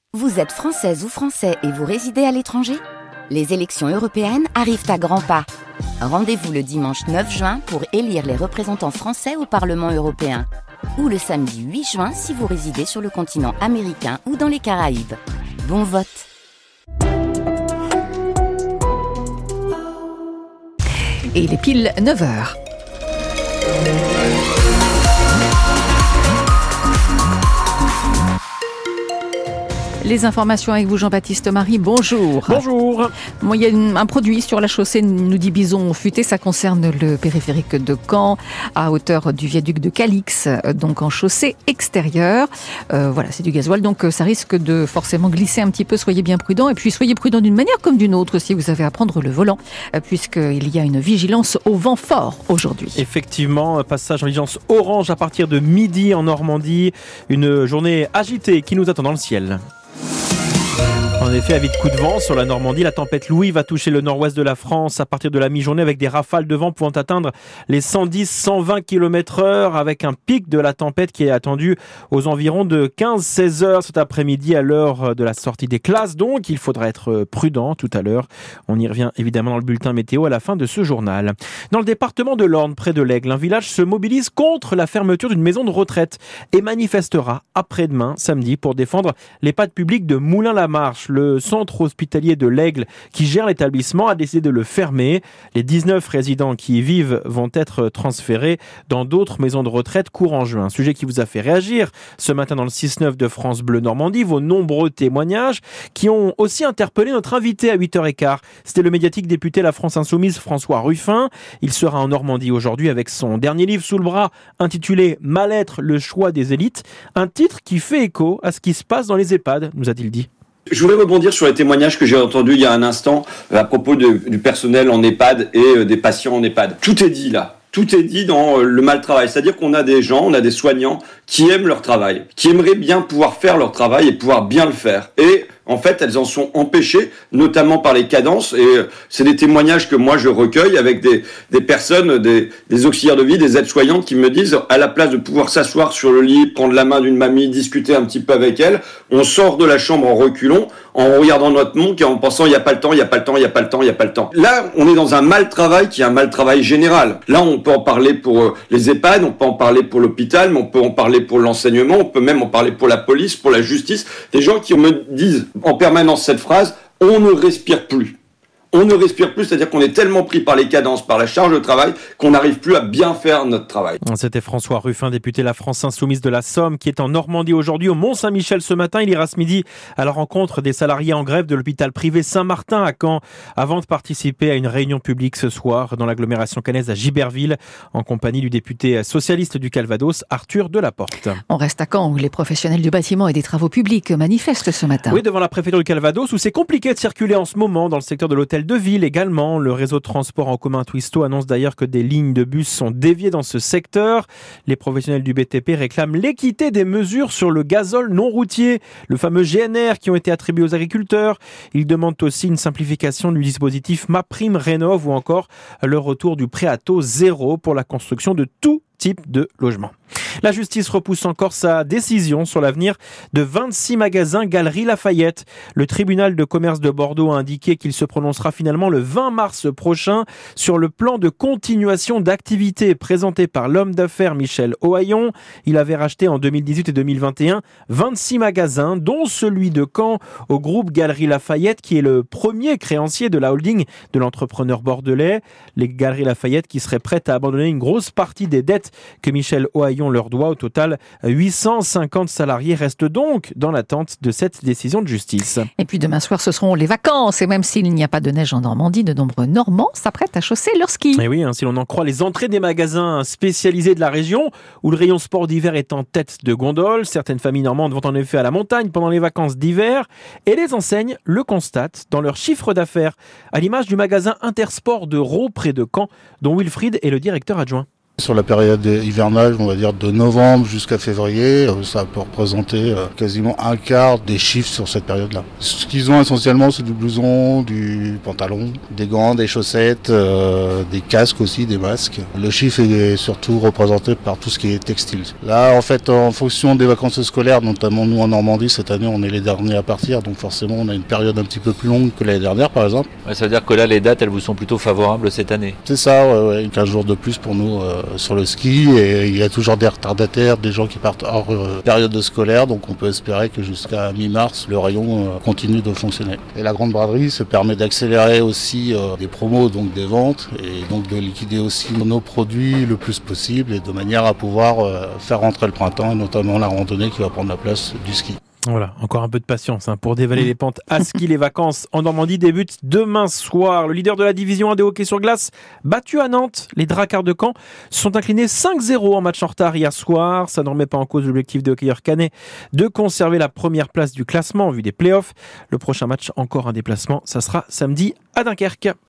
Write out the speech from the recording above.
Vous êtes française ou français et vous résidez à l'étranger ? Les élections européennes arrivent à grands pas. Rendez-vous le dimanche 9 juin pour élire les représentants français au Parlement européen. Ou le samedi 8 juin si vous résidez sur le continent américain ou dans les Caraïbes. Bon vote! Et il est pile 9h. Les informations avec vous, Jean-Baptiste Marie, bonjour. Bonjour. Bon, il y a un produit sur la chaussée, nous dit Bison Futé, ça concerne le périphérique de Caen, à hauteur du viaduc de Calix, donc en chaussée extérieure. Voilà, c'est du gasoil, donc ça risque de forcément glisser un petit peu, soyez bien prudents. Et puis soyez prudents d'une manière comme d'une autre si vous avez à prendre le volant, puisqu'il y a une vigilance au vent fort aujourd'hui. Effectivement, passage en vigilance orange à partir de midi en Normandie. Une journée agitée qui nous attend dans le ciel. En effet, avis de coup de vent sur la Normandie, la tempête Louis va toucher le nord-ouest de la France à partir de la mi-journée avec des rafales de vent pouvant atteindre les 110-120 km/h avec un pic de la tempête qui est attendu aux environs de 15-16 heures cet après-midi à l'heure de la sortie des classes. Donc, il faudra être prudent tout à l'heure. On y revient évidemment dans le bulletin météo à la fin de ce journal. Dans le département de l'Orne, près de l'Aigle, un village se mobilise contre la fermeture d'une maison de retraite et manifestera après-demain, samedi, pour défendre l'EHPAD public de Moulins-la-Marche. Le centre hospitalier de l'Aigle qui gère l'établissement a décidé de le fermer. Les 19 résidents qui y vivent vont être transférés dans d'autres maisons de retraite courant juin. Un sujet qui vous a fait réagir ce matin dans le 6-9 de France Bleu Normandie. Vos nombreux témoignages qui ont aussi interpellé notre invité à 8h15. C'était le médiatique député La France Insoumise François Ruffin. Il sera en Normandie aujourd'hui avec son dernier livre sous le bras intitulé « Mal-être, le choix des élites ». Un titre qui fait écho à ce qui se passe dans les EHPAD, nous a-t-il dit. Je voudrais rebondir sur les témoignages que j'ai entendus il y a un instant à propos du personnel en EHPAD et des patients en EHPAD. Tout est dit là. Tout est dit dans le mal-travail. C'est-à-dire qu'on a des gens, on a des soignants qui aiment leur travail, qui aimeraient bien pouvoir faire leur travail et pouvoir bien le faire. Et en fait, elles en sont empêchées, notamment par les cadences. Et c'est des témoignages que moi, je recueille avec des personnes, des auxiliaires de vie, des aides-soignantes qui me disent, à la place de pouvoir s'asseoir sur le lit, prendre la main d'une mamie, discuter un petit peu avec elle, on sort de la chambre en reculant, en regardant notre montre et en pensant, il n'y a pas le temps, il n'y a pas le temps, il n'y a pas le temps, il n'y a pas le temps. Là, on est dans un mal-travail qui est un mal-travail général. Là, on peut en parler pour les EHPAD, on peut en parler pour l'hôpital, mais on peut en parler pour l'enseignement, on peut même en parler pour la police, pour la justice. Des gens qui me disent en permanence cette phrase, on ne respire plus. On ne respire plus, c'est-à-dire qu'on est tellement pris par les cadences, par la charge de travail, qu'on n'arrive plus à bien faire notre travail. C'était François Ruffin, député La France Insoumise de la Somme, qui est en Normandie aujourd'hui, au Mont-Saint-Michel ce matin. Il ira ce midi à la rencontre des salariés en grève de l'hôpital privé Saint-Martin à Caen, avant de participer à une réunion publique ce soir dans l'agglomération caennaise à Giberville, en compagnie du député socialiste du Calvados, Arthur Delaporte. On reste à Caen, où les professionnels du bâtiment et des travaux publics manifestent ce matin. Oui, devant la préfecture du Calvados, où c'est compliqué de circuler en ce moment dans le secteur de l'hôtel de ville également. Le réseau de transport en commun Twisto annonce d'ailleurs que des lignes de bus sont déviées dans ce secteur. Les professionnels du BTP réclament l'équité des mesures sur le gazole non routier, le fameux GNR qui ont été attribués aux agriculteurs. Ils demandent aussi une simplification du dispositif MaPrimeRénov' ou encore le retour du prêt à taux zéro pour la construction de tout type de logement. La justice repousse encore sa décision sur l'avenir de 26 magasins Galeries Lafayette. Le tribunal de commerce de Bordeaux a indiqué qu'il se prononcera finalement le 20 mars prochain sur le plan de continuation d'activité présenté par l'homme d'affaires Michel Ohaillon. Il avait racheté en 2018 et 2021 26 magasins, dont celui de Caen au groupe Galeries Lafayette, qui est le premier créancier de la holding de l'entrepreneur bordelais. Les Galeries Lafayette qui seraient prêtes à abandonner une grosse partie des dettes que Michel Ohaillon leur doit. Au total, 850 salariés restent donc dans l'attente de cette décision de justice. Et puis demain soir, ce seront les vacances. Et même s'il n'y a pas de neige en Normandie, de nombreux Normands s'apprêtent à chausser leur ski. Et oui, si l'on en croit les entrées des magasins spécialisés de la région, où le rayon sport d'hiver est en tête de gondole. Certaines familles normandes vont en effet à la montagne pendant les vacances d'hiver. Et les enseignes le constatent dans leur chiffre d'affaires, à l'image du magasin Intersport de Rault près de Caen, dont Wilfried est le directeur adjoint. Sur la période hivernale, on va dire de novembre jusqu'à février, ça peut représenter quasiment un quart des chiffres sur cette période-là. Ce qu'ils ont essentiellement, c'est du blouson, du pantalon, des gants, des chaussettes, des casques aussi, des masques. Le chiffre est surtout représenté par tout ce qui est textile. Là, en fait, en fonction des vacances scolaires, notamment nous en Normandie, cette année, on est les derniers à partir, donc forcément, on a une période un petit peu plus longue que l'année dernière, par exemple. Ouais, ça veut dire que là, les dates, elles vous sont plutôt favorables cette année? C'est ça, ouais, 15 jours de plus pour nous sur le ski, et il y a toujours des retardataires, des gens qui partent hors période scolaire, donc on peut espérer que jusqu'à mi-mars, le rayon continue de fonctionner. Et la grande braderie se permet d'accélérer aussi des promos, donc des ventes, et donc de liquider aussi nos produits le plus possible, et de manière à pouvoir faire rentrer le printemps, et notamment la randonnée qui va prendre la place du ski. Voilà, encore un peu de patience pour dévaler les pentes à ski. Les vacances en Normandie débutent demain soir. Le leader de la division 1 de hockey sur glace, battu à Nantes. Les Dracards de Caen sont inclinés 5-0 en match en retard hier soir. Ça ne remet pas en cause l'objectif des hockeyeurs cannais de conserver la première place du classement en vue des playoffs. Le prochain match, encore un déplacement, ça sera samedi à Dunkerque.